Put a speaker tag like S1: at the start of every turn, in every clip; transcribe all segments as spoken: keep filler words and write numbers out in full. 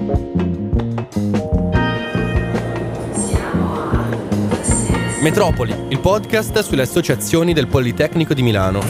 S1: Metropoli, il podcast sulle associazioni del Politecnico di Milano.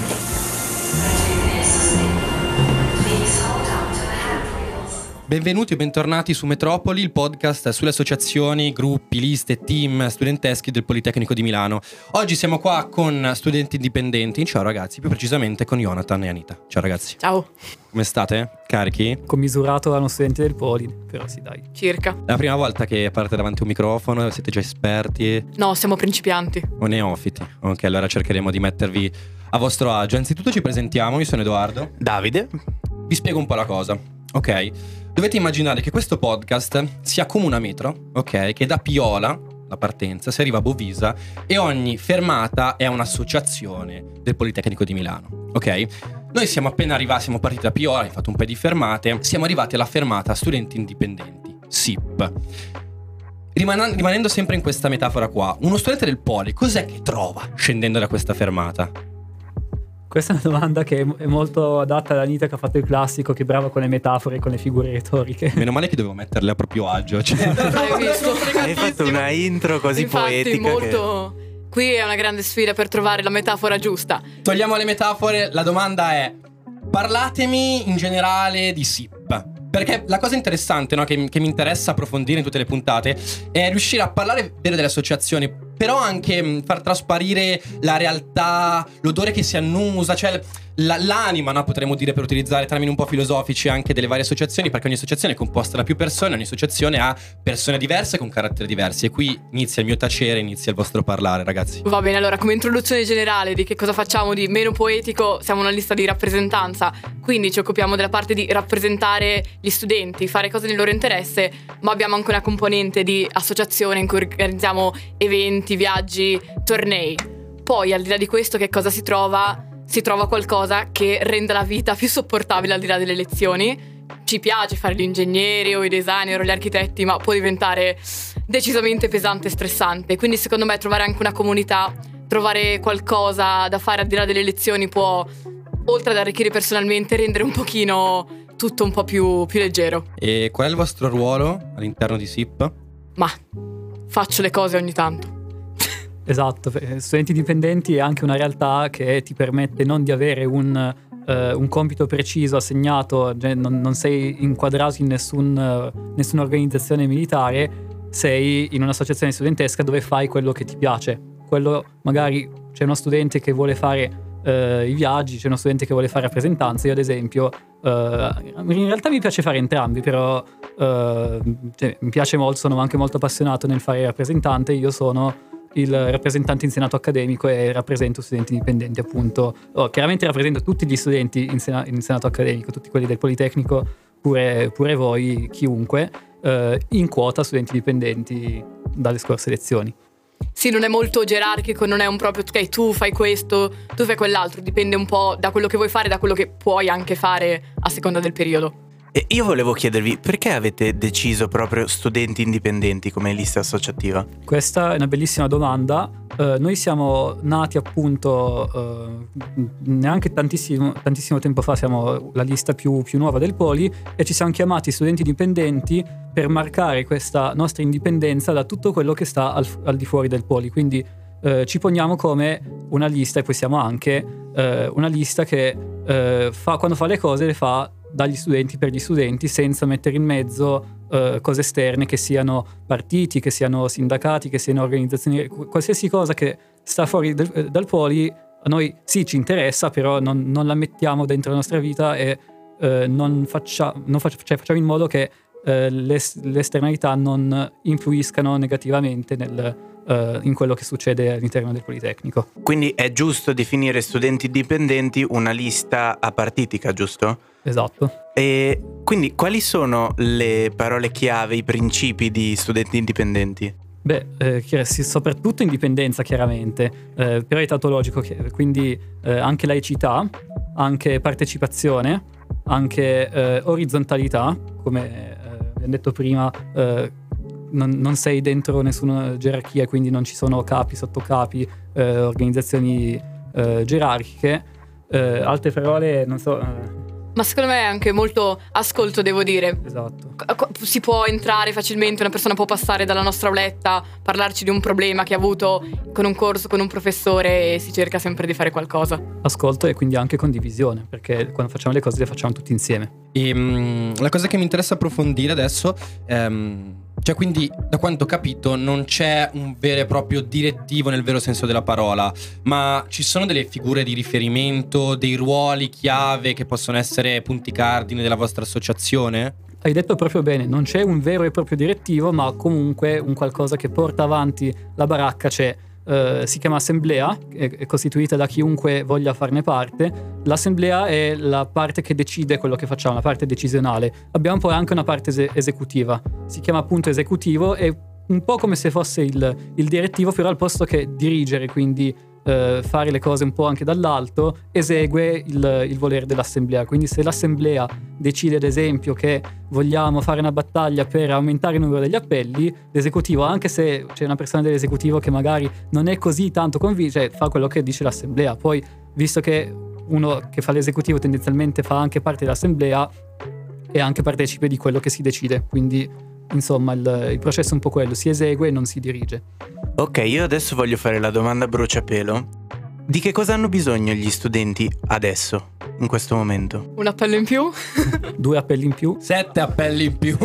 S1: Benvenuti e bentornati su Metropoli, il podcast sulle associazioni, gruppi, liste, team studenteschi del Politecnico di Milano. Oggi siamo qua con studenti indipendenti. Ciao ragazzi, più precisamente con Jonathan e Anita. Ciao ragazzi.
S2: Ciao.
S1: Come state? Carichi?
S3: Commisurato da uno studente del Poli, però sì dai.
S2: Circa.
S1: È la prima volta che parlate davanti a un microfono? Siete già esperti?
S2: No, siamo principianti.
S1: O neofiti? Ok, allora cercheremo di mettervi a vostro agio. Anzitutto ci presentiamo, io sono Edoardo.
S4: Davide.
S1: Vi spiego un po' la cosa, ok? Dovete immaginare che questo podcast sia come una metro, ok? Che da Piola, la partenza, si arriva a Bovisa e ogni fermata è un'associazione del Politecnico di Milano, ok? Noi siamo appena arrivati, siamo partiti da Piola, abbiamo fatto un po' di fermate, siamo arrivati alla fermata Studenti Indipendenti, S I P. Riman- rimanendo sempre in questa metafora qua, uno studente del Poli cos'è che trova scendendo da questa fermata?
S3: Questa è una domanda che è molto adatta ad Anita, che ha fatto il classico, che è brava con le metafore e con le figure retoriche.
S1: Meno male che dovevo metterle a proprio agio, cioè.
S2: Hai visto?
S4: Hai fatto una intro così
S2: Infatti,
S4: poetica
S2: molto...
S4: che...
S2: Qui è una grande sfida per trovare la metafora giusta.
S1: Togliamo le metafore, la domanda è: parlatemi in generale di S I P. Perché la cosa interessante, no, che, che mi interessa approfondire in tutte le puntate è riuscire a parlare vero delle associazioni, però anche mh, far trasparire la realtà, l'odore che si annusa, cioè la, l'anima, no, potremmo dire, per utilizzare termini un po' filosofici anche delle varie associazioni, perché ogni associazione è composta da più persone, ogni associazione ha persone diverse con caratteri diversi. E qui inizia il mio tacere, inizia il vostro parlare, ragazzi.
S2: Va bene, allora, come introduzione generale di che cosa facciamo di meno poetico, siamo una lista di rappresentanza, quindi ci occupiamo della parte di rappresentare gli studenti, fare cose nel loro interesse, ma abbiamo anche una componente di associazione in cui organizziamo eventi, viaggi, tornei. Poi, al di là di questo, che cosa si trova? Si trova qualcosa che renda la vita più sopportabile al di là delle lezioni. Ci piace fare gli ingegneri o i designer o gli architetti, ma può diventare decisamente pesante e stressante. Quindi secondo me trovare anche una comunità, trovare qualcosa da fare al di là delle lezioni può, oltre ad arricchire personalmente, rendere un pochino tutto un po' più, più leggero.
S1: E qual è il vostro ruolo all'interno di S I P?
S2: Ma faccio le cose ogni tanto.
S3: Esatto, studenti dipendenti è anche una realtà che ti permette non di avere un, uh, un compito preciso assegnato, cioè non, non sei inquadrato in nessun, uh, nessuna organizzazione militare, sei in un'associazione studentesca dove fai quello che ti piace. Quello, magari c'è uno studente che vuole fare uh, i viaggi, c'è uno studente che vuole fare rappresentanze. Io ad esempio, uh, in realtà mi piace fare entrambi, però uh, cioè, mi piace molto, sono anche molto appassionato nel fare rappresentante. Io sono il rappresentante in senato accademico e rappresento studenti indipendenti, appunto. Oh, chiaramente rappresento tutti gli studenti in, sena- in senato accademico, tutti quelli del Politecnico, pure, pure voi, chiunque, eh, in quota studenti dipendenti dalle scorse lezioni.
S2: Sì, non è molto gerarchico, non è un proprio ok, tu fai questo, tu fai quell'altro, dipende un po' da quello che vuoi fare, da quello che puoi anche fare a seconda del periodo.
S4: E io volevo chiedervi, perché avete deciso proprio studenti indipendenti come lista associativa?
S3: Questa è una bellissima domanda. Uh, noi siamo nati appunto uh, neanche tantissimo, tantissimo tempo fa, siamo la lista più, più nuova del Poli, e ci siamo chiamati studenti dipendenti per marcare questa nostra indipendenza da tutto quello che sta al, al di fuori del Poli. Quindi uh, ci poniamo come una lista, e poi siamo anche uh, una lista che uh, fa, quando fa le cose le fa dagli studenti per gli studenti, senza mettere in mezzo uh, cose esterne, che siano partiti, che siano sindacati, che siano organizzazioni, qualsiasi cosa che sta fuori del, dal Poli. A noi sì ci interessa, però non, non la mettiamo dentro la nostra vita e uh, non, faccia, non faccia, cioè facciamo in modo che uh, le, le esternalità non influiscano negativamente nel, uh, in quello che succede all'interno del Politecnico.
S4: Quindi è giusto definire studenti dipendenti una lista apartitica, giusto?
S3: Esatto.
S4: E quindi quali sono le parole chiave, i principi di studenti indipendenti?
S3: Beh, eh, soprattutto indipendenza, chiaramente, eh, però è tautologico, quindi eh, anche laicità, anche partecipazione, anche eh, orizzontalità, come eh, abbiamo detto prima, eh, non, non sei dentro nessuna gerarchia, quindi non ci sono capi, sottocapi, eh, organizzazioni eh, gerarchiche. Eh, altre parole, non so... Eh,
S2: Ma secondo me è anche molto ascolto, devo dire.
S3: Esatto.
S2: Si può entrare facilmente, una persona può passare dalla nostra auletta, parlarci di un problema che ha avuto con un corso, con un professore, e si cerca sempre di fare qualcosa.
S3: Ascolto e quindi anche condivisione, perché quando facciamo le cose le facciamo tutti insieme.
S1: E um, la cosa che mi interessa approfondire adesso, um, cioè quindi da quanto ho capito non c'è un vero e proprio direttivo nel vero senso della parola, ma ci sono delle figure di riferimento, dei ruoli chiave che possono essere punti cardine della vostra associazione?
S3: Hai detto proprio bene, non c'è un vero e proprio direttivo, ma comunque un qualcosa che porta avanti la baracca c'è. Uh, si chiama assemblea, è, è costituita da chiunque voglia farne parte. L'assemblea è la parte che decide quello che facciamo, la parte decisionale. Abbiamo poi anche una parte es- esecutiva, si chiama appunto esecutivo, è un po' come se fosse il, il direttivo, però al posto che dirigere, quindi uh, fare le cose un po' anche dall'alto, esegue il, il volere dell'assemblea. Quindi se l'assemblea decide ad esempio che vogliamo fare una battaglia per aumentare il numero degli appelli, l'esecutivo, anche se c'è una persona dell'esecutivo che magari non è così tanto convinta, cioè fa quello che dice l'assemblea. Poi, visto che uno che fa l'esecutivo tendenzialmente fa anche parte dell'assemblea, è anche partecipe di quello che si decide, quindi insomma il, il processo è un po' quello, si esegue e non si dirige.
S4: Ok, io adesso voglio fare la domanda a bruciapelo. Di che cosa hanno bisogno gli studenti adesso, in questo momento?
S2: Un appello in più?
S3: Due appelli in più?
S1: Sette appelli in più.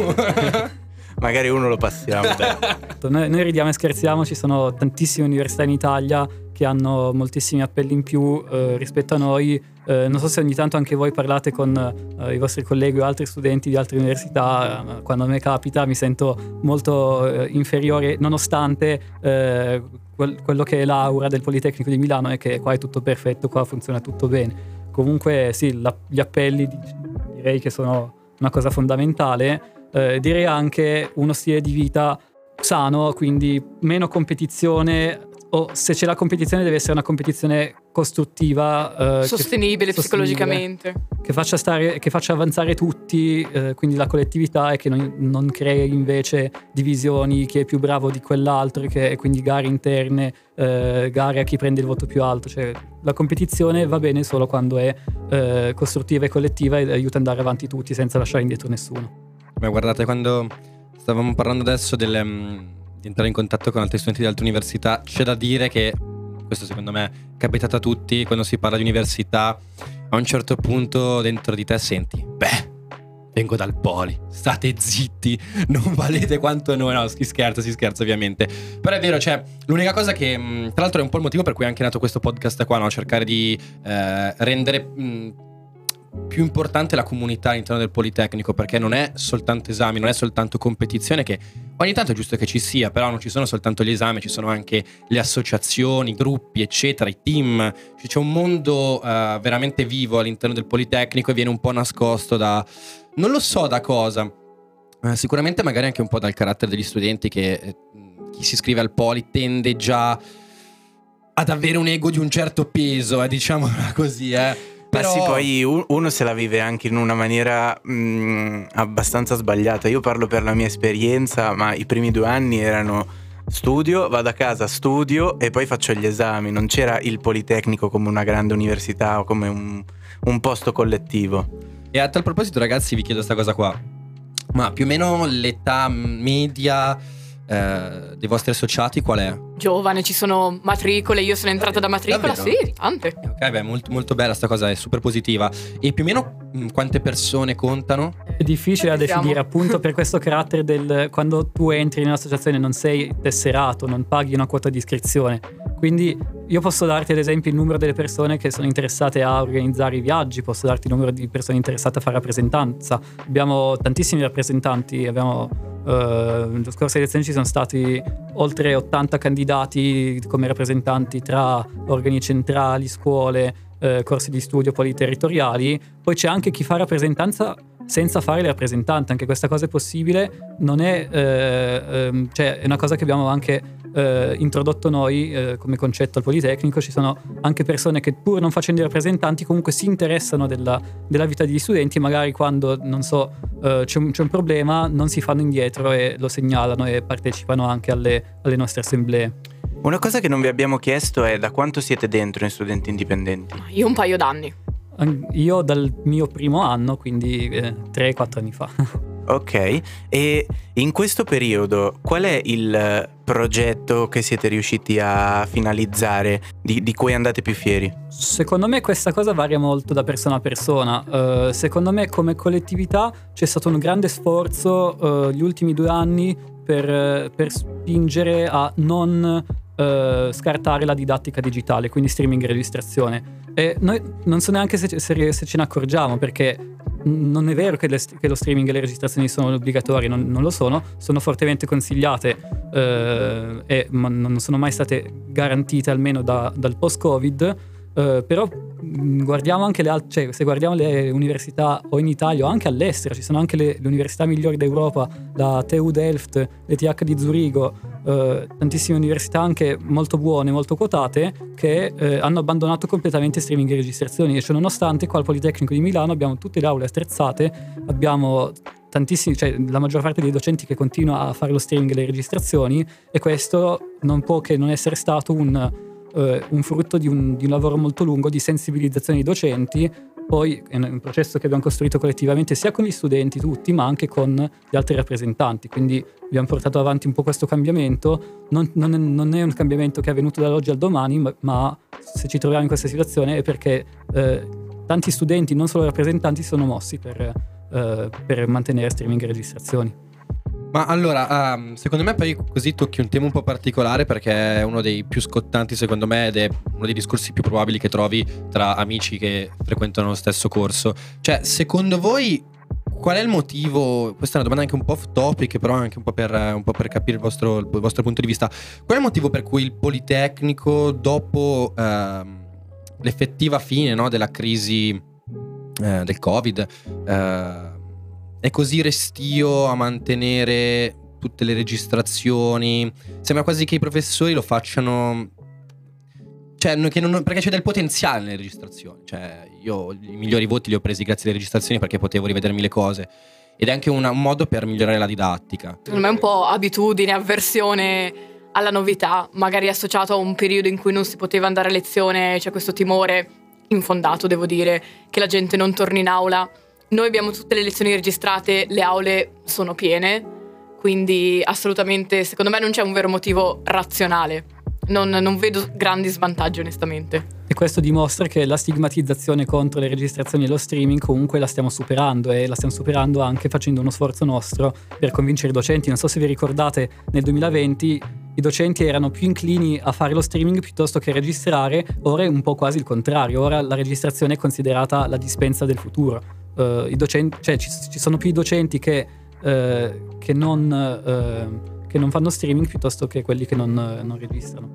S4: Magari uno lo passiamo.
S3: Noi, noi ridiamo e scherziamo, ci sono tantissime università in Italia che hanno moltissimi appelli in più eh, rispetto a noi. Eh, non so se ogni tanto anche voi parlate con eh, i vostri colleghi o altri studenti di altre università. Eh, quando a me capita mi sento molto eh, inferiore, nonostante eh, quel, quello che è l'aura del Politecnico di Milano è che qua è tutto perfetto, qua funziona tutto bene. Comunque sì, la, gli appelli direi che sono una cosa fondamentale. Eh, direi anche uno stile di vita sano, quindi meno competizione, o se c'è la competizione deve essere una competizione costruttiva, eh,
S2: sostenibile
S3: che,
S2: psicologicamente,
S3: che faccia stare, che faccia avanzare tutti, eh, quindi la collettività, e che non, non crei invece divisioni, chi è più bravo di quell'altro, che, e quindi gare interne, eh, gare a chi prende il voto più alto. Cioè la competizione va bene solo quando è eh, costruttiva e collettiva e aiuta ad andare avanti tutti senza lasciare indietro nessuno.
S1: Beh, guardate, quando stavamo parlando adesso delle, um, di entrare in contatto con altri studenti di altre università, c'è da dire che, questo secondo me è capitato a tutti, quando si parla di università, a un certo punto dentro di te senti, beh, vengo dal Poli, state zitti, non valete quanto noi. No, si scherza, si scherza ovviamente. Però è vero, cioè, l'unica cosa che, mh, tra l'altro è un po' il motivo per cui è anche nato questo podcast qua, no? Cercare di eh, rendere... Mh, più importante la comunità all'interno del Politecnico, perché non è soltanto esami, non è soltanto competizione, che ogni tanto è giusto che ci sia, però non ci sono soltanto gli esami, ci sono anche le associazioni, i gruppi eccetera, i team. C'è un mondo uh, veramente vivo all'interno del Politecnico e viene un po' nascosto da, non lo so da cosa, uh, sicuramente magari anche un po' dal carattere degli studenti, che eh, chi si iscrive al Poli tende già ad avere un ego di un certo peso, eh, diciamo così, eh.
S4: Però...
S1: Però...
S4: sì, poi uno se la vive anche in una maniera mh, abbastanza sbagliata. Io parlo per la mia esperienza, ma i primi due anni erano studio, vado a casa, studio e poi faccio gli esami. Non c'era il Politecnico come una grande università o come un, un posto collettivo.
S1: E a tal proposito, ragazzi, vi chiedo sta cosa qua. Ma più o meno l'età media eh, dei vostri associati qual è?
S2: Giovane, ci sono matricole, io sono entrata da matricola,
S1: Davvero?
S2: sì, tante.
S1: Ok, beh, molto, molto bella sta cosa, è super positiva. E più o meno mh, quante persone contano?
S3: È difficile da
S2: Siamo-
S3: definire, appunto per questo carattere del quando tu entri in un'associazione non sei tesserato, non paghi una quota di iscrizione. Quindi io posso darti ad esempio il numero delle persone che sono interessate a organizzare i viaggi, posso darti il numero di persone interessate a fare rappresentanza. Abbiamo tantissimi rappresentanti, abbiamo uh, nella scorsa edizione ci sono stati oltre ottanta candidati come rappresentanti tra organi centrali, scuole, eh, corsi di studio politerritoriali. Poi c'è anche chi fa rappresentanza senza fare il rappresentante, anche questa cosa è possibile, non è, eh, ehm, cioè è una cosa che abbiamo anche eh, introdotto noi eh, come concetto al Politecnico. Ci sono anche persone che pur non facendo i rappresentanti comunque si interessano della, della vita degli studenti, magari quando, non so, eh, c'è, un, c'è un problema non si fanno indietro e lo segnalano e partecipano anche alle, alle nostre assemblee.
S4: Una cosa che non vi abbiamo chiesto è da quanto siete dentro in Studenti Indipendenti?
S2: Io un paio d'anni.
S3: Io dal mio primo anno, quindi eh, tre quattro anni fa.
S4: Ok, e in questo periodo qual è il progetto che siete riusciti a finalizzare, di, di cui andate più fieri?
S3: Secondo me questa cosa varia molto da persona a persona. Uh, secondo me come collettività c'è stato un grande sforzo uh, gli ultimi due anni per, per spingere a non uh, scartare la didattica digitale, quindi streaming e registrazione. E noi non so neanche se, se, se ce ne accorgiamo, perché non è vero che, le, che lo streaming e le registrazioni sono obbligatorie, non, non lo sono, sono fortemente consigliate eh, e ma non sono mai state garantite almeno da, dal post-Covid, eh, però guardiamo anche le altre, cioè, se guardiamo le università o in Italia o anche all'estero, ci sono anche le, le università migliori d'Europa, la T U Delft, l'E T H di Zurigo, eh, tantissime università anche molto buone, molto quotate, che eh, hanno abbandonato completamente streaming e registrazioni, e cioè nonostante qua al Politecnico di Milano abbiamo tutte le aule attrezzate, abbiamo tantissimi, cioè la maggior parte dei docenti che continua a fare lo streaming e le registrazioni, e questo non può che non essere stato un Uh, un frutto di un, di un lavoro molto lungo di sensibilizzazione dei docenti. Poi è un processo che abbiamo costruito collettivamente sia con gli studenti tutti, ma anche con gli altri rappresentanti, quindi abbiamo portato avanti un po' questo cambiamento. Non, non, è, non è un cambiamento che è avvenuto dall'oggi al domani, ma, ma se ci troviamo in questa situazione è perché eh, tanti studenti, non solo rappresentanti, si sono mossi per, eh, per mantenere streaming e registrazioni.
S1: Ma allora, um, secondo me poi così tocchi un tema un po' particolare, perché è uno dei più scottanti secondo me, ed è uno dei discorsi più probabili che trovi tra amici che frequentano lo stesso corso. Cioè, secondo voi qual è il motivo? Questa è una domanda anche un po' off topic, però anche un po' per, un po' per capire il vostro, il vostro punto di vista. Qual è il motivo per cui il Politecnico, dopo ehm, l'effettiva fine, no, della crisi eh, del Covid, eh, è così restio a mantenere tutte le registrazioni? Sembra quasi che i professori lo facciano, cioè, che non, perché c'è del potenziale nelle registrazioni. Cioè, io i migliori voti li ho presi grazie alle registrazioni, perché potevo rivedermi le cose, ed è anche una, un modo per migliorare la didattica.
S2: Secondo me è un po' abitudine, avversione alla novità, magari associato a un periodo in cui non si poteva andare a lezione. C'è questo timore infondato, devo dire, che la gente non torni in aula. Noi abbiamo tutte le lezioni registrate, le aule sono piene, quindi assolutamente secondo me non c'è un vero motivo razionale. Non, non vedo grandi svantaggi, onestamente.
S3: E questo dimostra che la stigmatizzazione contro le registrazioni e lo streaming comunque la stiamo superando, e la stiamo superando anche facendo uno sforzo nostro per convincere i docenti. Non so se vi ricordate, nel duemilaventi i docenti erano più inclini a fare lo streaming piuttosto che registrare. Ora è un po' quasi il contrario, ora la registrazione è considerata la dispensa del futuro. Uh, i docenti, cioè ci, ci sono più docenti che, uh, che, non, uh, che non fanno streaming piuttosto che quelli che non, uh, non registrano.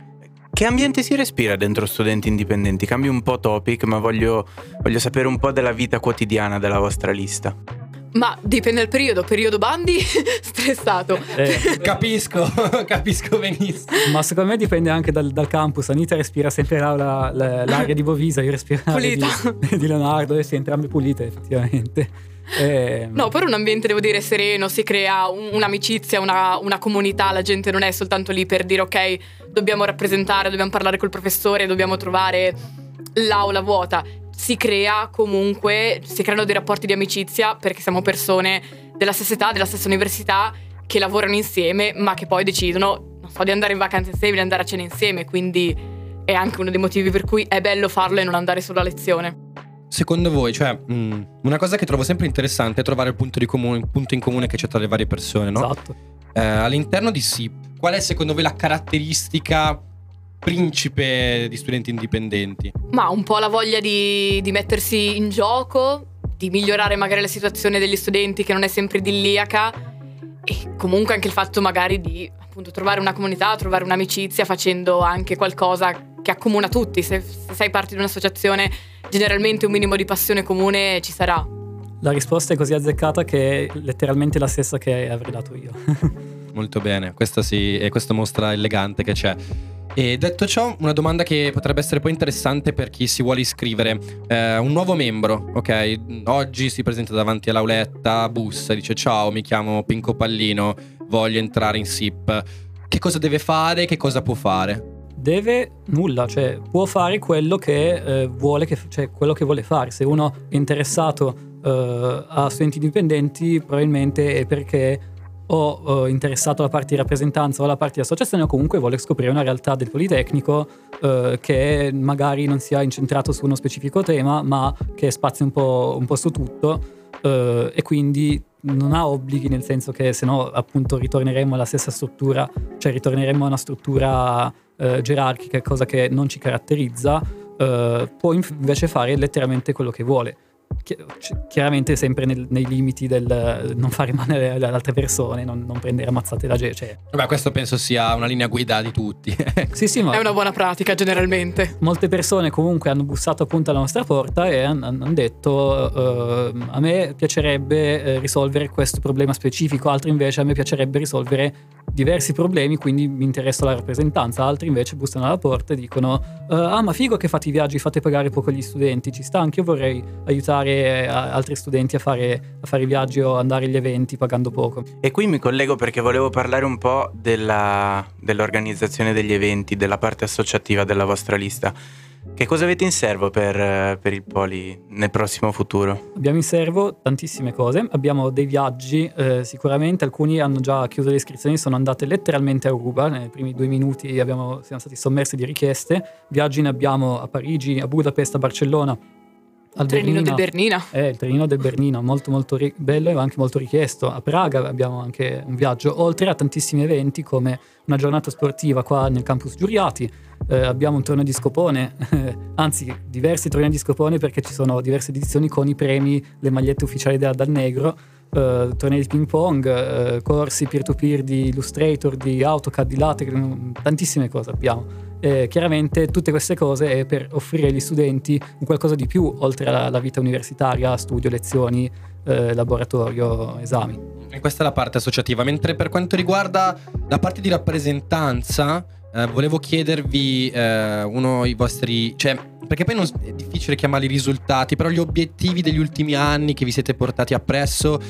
S4: Che ambiente si respira dentro Studenti Indipendenti? Cambio un po' topic, ma voglio, voglio sapere un po' della vita quotidiana della vostra lista.
S2: Ma dipende dal periodo. Periodo bandi, stressato.
S3: Eh,
S1: Capisco, capisco benissimo.
S3: Ma secondo me dipende anche dal, dal campus. Anita respira sempre l'aula, l'aria di Bovisa, io respiro l'aria di, di Leonardo, e sì, entrambe pulite effettivamente. Eh,
S2: No, però un ambiente, devo dire, sereno, si crea un, un'amicizia, una, una comunità. La gente non è soltanto lì per dire ok, dobbiamo rappresentare, dobbiamo parlare col professore, dobbiamo trovare l'aula vuota. Si crea comunque, si creano dei rapporti di amicizia, perché siamo persone della stessa età, della stessa università, che lavorano insieme, ma che poi decidono, non so, di andare in vacanza insieme, di andare a cena insieme. Quindi è anche uno dei motivi per cui è bello farlo e non andare solo a lezione.
S1: Secondo voi, cioè, mh, una cosa che trovo sempre interessante è trovare il punto, di comune, il punto in comune che c'è tra le varie persone, no?
S3: Esatto.
S1: Eh, all'interno di S I P, qual è secondo voi la caratteristica principe di Studenti Indipendenti?
S2: Ma un po' la voglia di, di mettersi in gioco, di migliorare magari la situazione degli studenti, che non è sempre idilliaca, e comunque anche il fatto magari di appunto trovare una comunità, trovare un'amicizia facendo anche qualcosa che accomuna tutti. Se, se sei parte di un'associazione, generalmente un minimo di passione comune ci sarà.
S3: La risposta è così azzeccata che è letteralmente la stessa che avrei dato io.
S1: Molto bene, questa sì, e questo mostra l'elegante che c'è. E detto ciò, una domanda che potrebbe essere poi interessante per chi si vuole iscrivere. Eh, un nuovo membro, ok? Oggi si presenta davanti all'auletta, bussa, dice ciao, mi chiamo Pinco Pallino, voglio entrare in S I P. Che cosa deve fare? Che cosa può fare?
S3: deve nulla, cioè può fare quello che eh, vuole, che, cioè quello che vuole fare. Se uno è interessato eh, a studenti dipendenti, probabilmente è perché o eh, interessato alla parte di rappresentanza o alla parte di associazione, o comunque vuole scoprire una realtà del Politecnico eh, che magari non sia incentrato su uno specifico tema, ma che spazia un po', un po' su tutto, eh, e quindi non ha obblighi, nel senso che se no appunto ritorneremo alla stessa struttura, cioè ritorneremo a una struttura eh, gerarchica, cosa che non ci caratterizza. Eh, può invece fare letteralmente quello che vuole, chiaramente sempre nel, nei limiti del non fare male alle altre persone, non, non prendere ammazzate la gente, cioè.
S1: Vabbè, questo penso sia una linea guida di tutti.
S3: Sì, sì, ma
S2: è una buona pratica generalmente.
S3: Molte persone comunque hanno bussato appunto alla nostra porta e hanno, hanno detto uh, a me piacerebbe eh, risolvere questo problema specifico, altri invece a me piacerebbe risolvere diversi problemi, quindi mi interessa la rappresentanza. Altri invece bussano alla porta e dicono uh, ah, ma figo che fate i viaggi, fate pagare poco gli studenti, ci sta, anche io vorrei aiutare altri studenti a fare, a fare i viaggi o andare agli eventi pagando poco.
S4: E qui mi collego perché volevo parlare un po' della, dell'organizzazione degli eventi, della parte associativa della vostra lista. Che cosa avete in serbo per, per il Poli nel prossimo futuro?
S3: Abbiamo in serbo tantissime cose, abbiamo dei viaggi, eh, sicuramente alcuni hanno già chiuso le iscrizioni, sono andate letteralmente a ruba, nei primi due minuti abbiamo, siamo stati sommersi di richieste. Viaggi ne abbiamo a Parigi, a Budapest, a Barcellona, al
S2: trenino
S3: Bernina.
S2: del Bernina.
S3: Eh, il trenino del Bernina, molto molto ri- bello e anche molto richiesto. A Praga abbiamo anche un viaggio, oltre a tantissimi eventi come una giornata sportiva qua nel campus Giuriati. Eh, abbiamo un torneo di scopone, anzi diversi tornei di scopone, perché ci sono diverse edizioni con i premi, le magliette ufficiali da Dal Negro, eh, tornei di ping pong, eh, corsi peer-to-peer di Illustrator, di AutoCAD, di LaTeX, tantissime cose abbiamo. Eh, chiaramente tutte queste cose è per offrire agli studenti un qualcosa di più oltre alla, alla vita universitaria, studio, lezioni, eh, laboratorio, esami.
S1: E questa è la parte associativa. Mentre per quanto riguarda la parte di rappresentanza, eh, volevo chiedervi eh, uno i vostri, cioè, perché poi non, è difficile chiamarli risultati, però gli obiettivi degli ultimi anni che vi siete portati appresso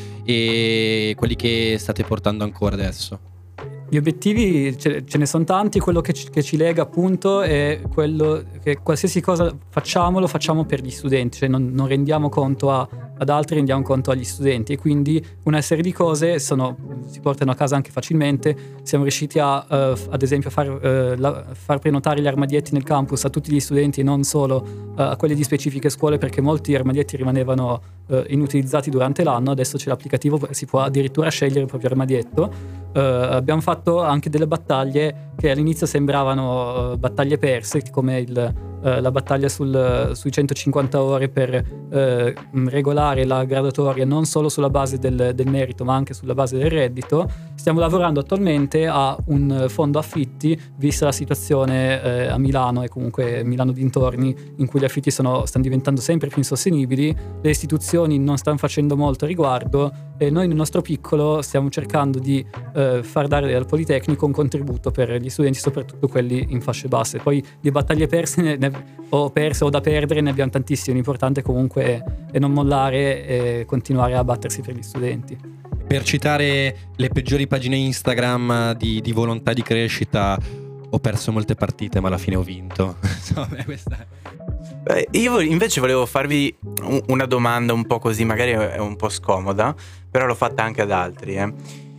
S1: e quelli che state portando ancora adesso.
S3: Gli obiettivi ce, ce ne sono tanti, quello che ci, che ci lega appunto è quello che qualsiasi cosa facciamo lo facciamo per gli studenti, cioè non, non rendiamo conto a, ad altri, rendiamo conto agli studenti, e quindi una serie di cose sono, si portano a casa anche facilmente. Siamo riusciti a uh, ad esempio a far, uh, la, far prenotare gli armadietti nel campus a tutti gli studenti e non solo uh, a quelli di specifiche scuole, perché molti armadietti rimanevano uh, inutilizzati durante l'anno. Adesso c'è l'applicativo, si può addirittura scegliere il proprio armadietto. Uh, abbiamo fatto anche delle battaglie che all'inizio sembravano uh, battaglie perse, come il, uh, la battaglia sul, sui centocinquanta ore per uh, regolare la graduatoria non solo sulla base del, del merito ma anche sulla base del reddito. Stiamo lavorando attualmente a un fondo affitti, vista la situazione eh, a Milano e comunque Milano dintorni, in cui gli affitti sono, stanno diventando sempre più insostenibili. Le istituzioni non stanno facendo molto a riguardo e noi nel nostro piccolo stiamo cercando di eh, far dare al Politecnico un contributo per gli studenti, soprattutto quelli in fasce basse. Poi di battaglie perse ne, ne, o perse o da perdere ne abbiamo tantissime. L'importante comunque è, è non mollare e continuare a battersi per gli studenti.
S1: Per citare le peggiori pagine Instagram di, di volontà di crescita, ho perso molte partite ma alla fine ho vinto. Insomma, questa è...
S4: Io invece volevo farvi una domanda un po' così, magari è un po' scomoda, però l'ho fatta anche ad altri. Eh.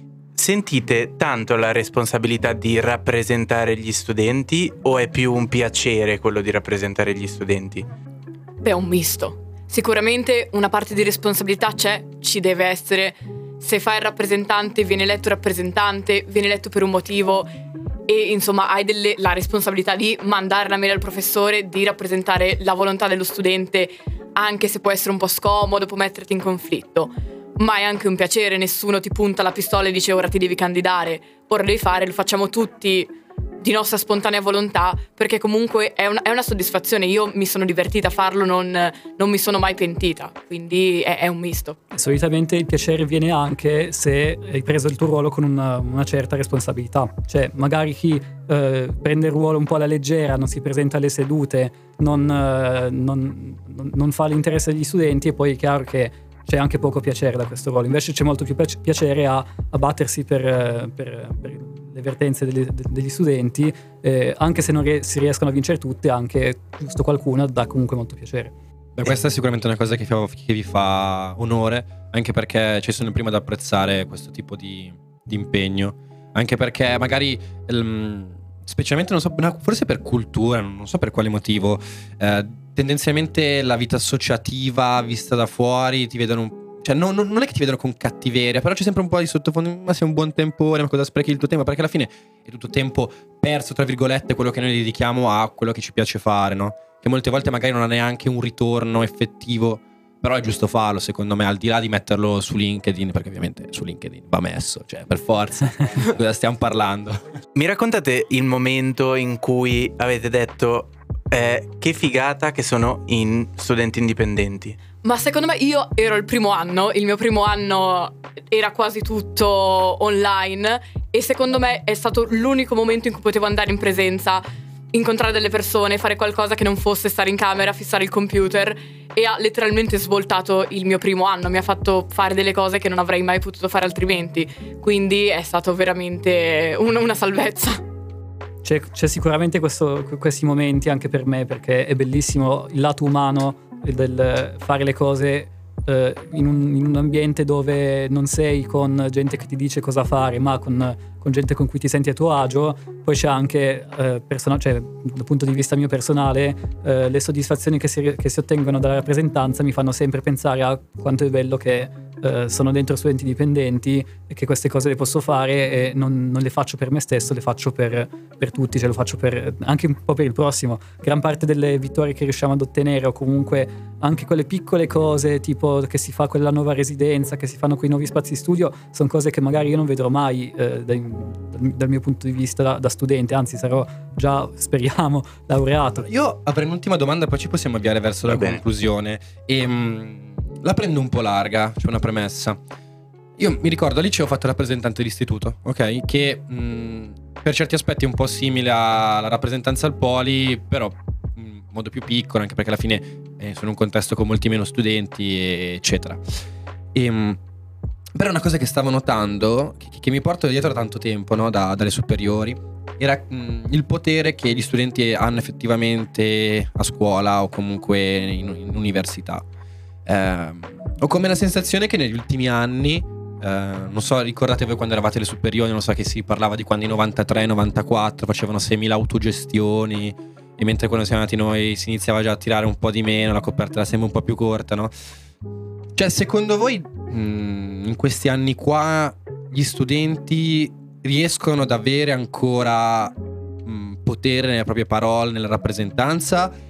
S4: Sentite tanto la responsabilità di rappresentare gli studenti o è più un piacere quello di rappresentare gli studenti?
S2: Beh, è un misto. Sicuramente una parte di responsabilità c'è, ci deve essere. Se fai il rappresentante, viene eletto rappresentante, viene eletto per un motivo e insomma hai delle, la responsabilità di mandare la mail al professore, di rappresentare la volontà dello studente, anche se può essere un po' scomodo, può metterti in conflitto. Ma è anche un piacere, nessuno ti punta la pistola e dice ora ti devi candidare, ora devi fare, lo facciamo tutti di nostra spontanea volontà, perché comunque è una, è una soddisfazione. Io mi sono divertita a farlo, non, non mi sono mai pentita, quindi è, è un misto.
S3: Solitamente il piacere viene anche se hai preso il tuo ruolo con una, una certa responsabilità, cioè magari chi eh, prende il ruolo un po' alla leggera, non si presenta alle sedute, non, eh, non, non, non fa l'interesse degli studenti, e poi è chiaro che c'è anche poco piacere da questo ruolo. Invece c'è molto più piacere a, a battersi per, per, per le vertenze degli, degli studenti, eh, anche se non rie- si riescono a vincere tutte, anche giusto qualcuna dà comunque molto piacere.
S1: Beh, questa è sicuramente una cosa che, fa, che vi fa onore, anche perché ci sono il primo ad apprezzare questo tipo di, di impegno, anche perché magari um, specialmente non so, forse per cultura, non so per quale motivo, eh, tendenzialmente la vita associativa vista da fuori ti vedono un Cioè non, non è che ti vedono con cattiveria, però c'è sempre un po' di sottofondo. Ma sei un buon tempore, ma cosa sprechi il tuo tempo? Perché alla fine è tutto tempo perso, tra virgolette, quello che noi dedichiamo a quello che ci piace fare, no? Che molte volte magari non ha neanche un ritorno effettivo, però è giusto farlo, secondo me, al di là di metterlo su LinkedIn, perché ovviamente su LinkedIn va messo, cioè per forza. Cosa stiamo parlando?
S4: Mi raccontate il momento in cui avete detto eh, che figata che sono in studenti indipendenti?
S2: Ma secondo me, io ero il primo anno, il mio primo anno era quasi tutto online e secondo me è stato l'unico momento in cui potevo andare in presenza, incontrare delle persone, fare qualcosa che non fosse stare in camera, fissare il computer, e ha letteralmente svoltato il mio primo anno, mi ha fatto fare delle cose che non avrei mai potuto fare altrimenti, quindi è stato veramente una, una salvezza.
S3: C'è, c'è sicuramente questo, questi momenti anche per me, perché è bellissimo il lato umano del fare le cose eh, in, un, in un ambiente dove non sei con gente che ti dice cosa fare, ma con, con gente con cui ti senti a tuo agio. Poi c'è anche eh, persona, cioè, dal punto di vista mio personale, eh, le soddisfazioni che si, che si ottengono dalla rappresentanza mi fanno sempre pensare a quanto è bello che Uh, sono dentro studenti dipendenti e che queste cose le posso fare e non, non le faccio per me stesso, le faccio per, per tutti, cioè lo faccio per, anche un po' per il prossimo. Gran parte delle vittorie che riusciamo ad ottenere, o comunque anche quelle piccole cose tipo che si fa quella nuova residenza, che si fanno quei nuovi spazi di studio, sono cose che magari io non vedrò mai eh, dai, dal mio punto di vista da, da studente, anzi sarò già, speriamo, laureato.
S1: Io avrei un'ultima domanda, poi ci possiamo avviare verso
S4: Va
S1: la
S4: bene.
S1: conclusione e mh, la prendo un po' larga, c'è una premessa. Io mi ricordo al liceo ho fatto il rappresentante d'istituto, ok? Che mh, per certi aspetti è un po' simile alla rappresentanza al poli, però in modo più piccolo, anche perché alla fine eh, sono in un contesto con molti meno studenti, eccetera. E, mh, però una cosa che stavo notando, che, che mi porto dietro da tanto tempo, no? da, dalle superiori, era mh, il potere che gli studenti hanno effettivamente a scuola o comunque in, in università. Eh, ho come la sensazione che negli ultimi anni, eh, non so, ricordate voi quando eravate alle superiori, non so, che si parlava di quando i novantatré novantaquattro facevano seimila autogestioni, e mentre quando siamo andati noi si iniziava già a tirare un po' di meno, la coperta era sempre un po' più corta, no? Cioè, secondo voi mh, in questi anni qua gli studenti riescono ad avere ancora mh, potere nelle proprie parole, nella rappresentanza?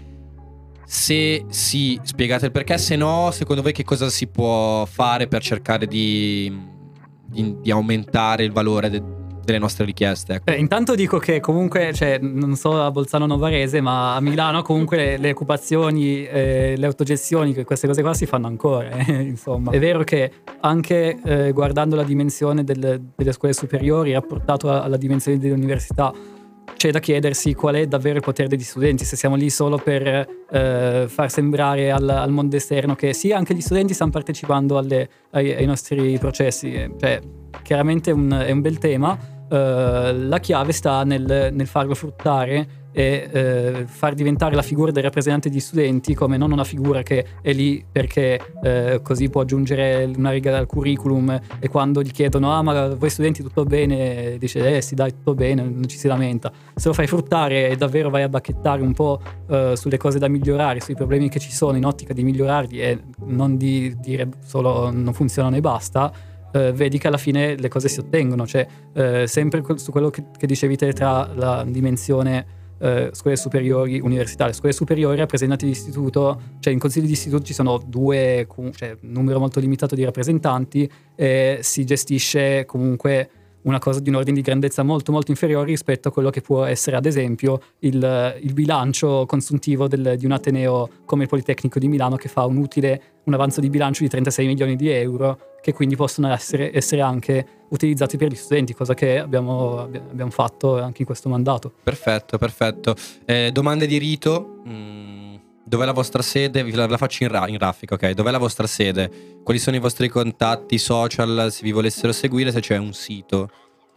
S1: Se sì, spiegate il perché, se no, secondo voi che cosa si può fare per cercare di, di, di aumentare il valore de, delle nostre richieste? Ecco.
S3: Eh, intanto dico che comunque, cioè, non so a Bolzano Novarese, ma a Milano comunque le, le occupazioni, eh, le autogestioni, queste cose qua si fanno ancora, eh, insomma. È vero che anche eh, guardando la dimensione del, delle scuole superiori rapportato alla dimensione delle università, c'è da chiedersi qual è davvero il potere degli studenti, se siamo lì solo per eh, far sembrare al, al mondo esterno che sì, anche gli studenti stanno partecipando alle, ai, ai nostri processi. Cioè, chiaramente è un, è un bel tema, eh, la chiave sta nel, nel farlo fruttare e eh, far diventare la figura del rappresentante degli studenti come non una figura che è lì perché eh, così può aggiungere una riga al curriculum, e quando gli chiedono ah ma voi studenti tutto bene, dice eh sì dai tutto bene, non ci si lamenta. Se lo fai fruttare e davvero vai a bacchettare un po' eh, sulle cose da migliorare, sui problemi che ci sono, in ottica di migliorarli e non di dire solo non funzionano e basta, Uh, vedi che alla fine le cose si ottengono. Cioè uh, sempre su quello che, che dicevi te tra la dimensione uh, scuole superiori, università. Le scuole superiori rappresentanti di istituto, cioè in consigli di istituto ci sono due, cioè un numero molto limitato di rappresentanti, e si gestisce comunque una cosa di un ordine di grandezza molto molto inferiore rispetto a quello che può essere ad esempio il, il bilancio consuntivo del, di un ateneo come il Politecnico di Milano, che fa un utile, un avanzo di bilancio di trentasei milioni di euro, che quindi possono essere, essere anche utilizzati per gli studenti, cosa che abbiamo, abbiamo fatto anche in questo mandato.
S1: Perfetto, perfetto. Eh, domande di rito. Mm. Dov'è la vostra sede? La, la faccio in, ra- in raffica, ok? Dov'è la vostra sede? Quali sono i vostri contatti social se vi volessero seguire? Se c'è un sito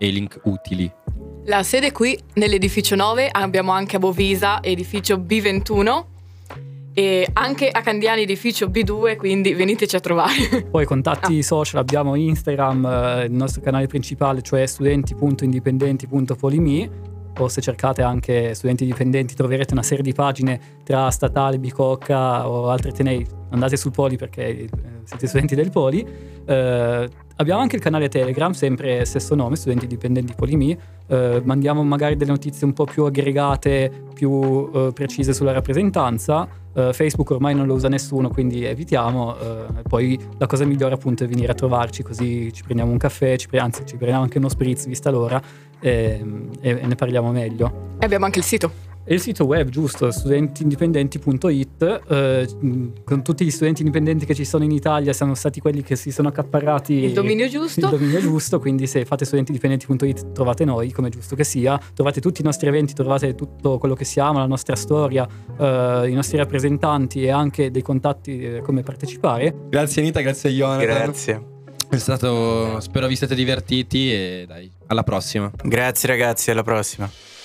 S1: e i link utili.
S2: La sede qui nell'edificio nove, abbiamo anche a Bovisa edificio B ventuno e anche a Candiani edificio B due, quindi veniteci a trovare.
S3: Poi contatti
S2: Ah.
S3: social, abbiamo Instagram, eh, il nostro canale principale, cioè studenti punto indipendenti punto polimi, o se cercate anche studenti dipendenti troverete una serie di pagine tra statale, Bicocca o altri atenei. Andate sul Poli perché eh, siete studenti del Poli. Eh, abbiamo anche il canale Telegram, sempre stesso nome, studenti dipendenti Polimi. Eh, mandiamo magari delle notizie un po' più aggregate, più eh, precise sulla rappresentanza. Eh, Facebook ormai non lo usa nessuno, quindi evitiamo. Eh, poi la cosa migliore appunto è venire a trovarci, così ci prendiamo un caffè, ci pre- anzi ci prendiamo anche uno spritz vista l'ora e, e, e ne parliamo meglio.
S2: E abbiamo anche il sito.
S3: E il sito web, giusto, studenti indipendenti punto it, eh, con tutti gli studenti indipendenti che ci sono in Italia siamo stati quelli che si sono accaparrati
S2: Il dominio giusto.
S3: il dominio giusto, quindi se fate studenti indipendenti punto it trovate noi, come è giusto che sia, trovate tutti i nostri eventi, trovate tutto quello che siamo, la nostra storia, eh, i nostri rappresentanti e anche dei contatti eh, come partecipare.
S1: Grazie Anita, grazie Jonathan.
S4: Grazie.
S1: È stato, spero vi siete divertiti e dai, alla prossima.
S4: Grazie ragazzi, alla prossima.